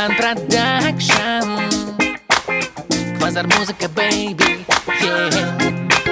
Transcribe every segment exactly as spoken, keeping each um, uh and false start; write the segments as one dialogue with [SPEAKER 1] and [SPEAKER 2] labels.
[SPEAKER 1] Квазар продакшн, Квазар музыка, бэйби, yeah.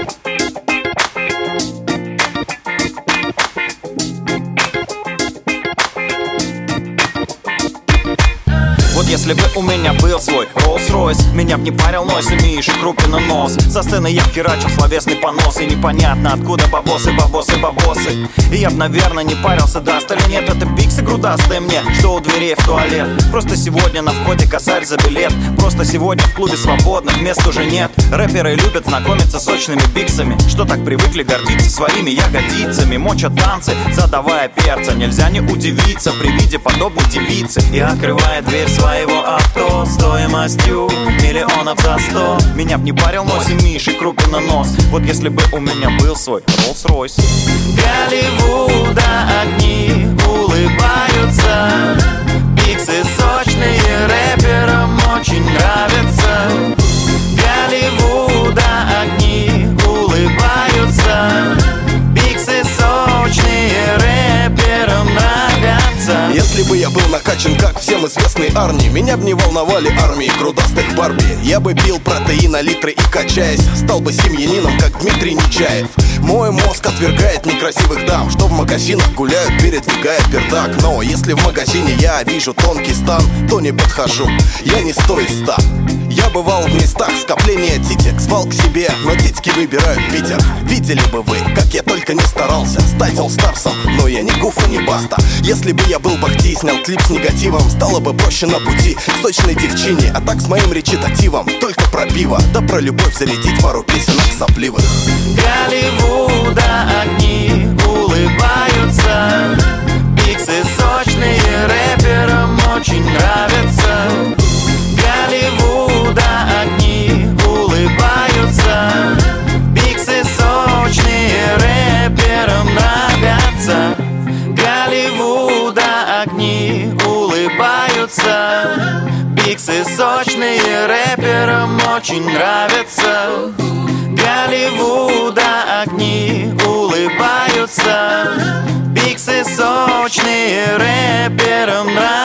[SPEAKER 2] Вот если бы у меня был свой Rolls-Royce, меня б не парил нос и Миша Крупина нос. Со сцены я б херачил словесный понос, и непонятно откуда бабосы, бабосы, бабосы. И я б, наверное, не парился, даст или нет. Это биксы грудастые мне, что у дверей в туалет. Просто сегодня на входе косарь за билет. Просто сегодня в клубе свободных мест уже нет. Рэперы любят знакомиться с сочными биксами, что так привыкли гордиться своими ягодицами. Мочат танцы, задавая перца. Нельзя не удивиться при виде подобной девицы. И открывая дверь своего авто стоимостью миллионов за сто. Меня б не парил нос и Миши Крупина нос. Вот если бы у меня был свой Rolls-Royce.
[SPEAKER 1] Голливуда огни улыбаются, биксы сочные рэперам очень нравятся. Голливуда огни улыбаются, биксы сочные рэперам нравятся.
[SPEAKER 3] Если бы я был накачан, как всем известный Арни, меня бы не волновали армии грудастых Барби. Я бы пил протеин на литры и, качаясь, стал бы семьянином, как Дмитрий Нечаев. Мой мозг отвергает некрасивых дам, что в магазинах гуляют, передвигая пердак. Но если в магазине я вижу тонкий стан, то не подхожу, я не сто из ста. Я бывал в местах скопления титек, звал к себе, но титьки выбирают Питер. Видели бы вы, как я только не старался стать оллстарсом, но я не гуф и не баста. Если бы я был бахти и снял клип с негативом, стало бы проще на пути к сочной девчине. А так с моим речитативом только про пиво, да про любовь зарядить пару песенок сопливых.
[SPEAKER 1] Голливуда огни улыбаются, биксы сочные рэперам очень нравятся. Голливуда огни улыбаются, биксы сочные рэперам нравятся. Голливуда огни улыбаются, биксы сочные рэперам очень нравятся. Голливуда огни улыбаются, биксы сочные рэперам нравятся.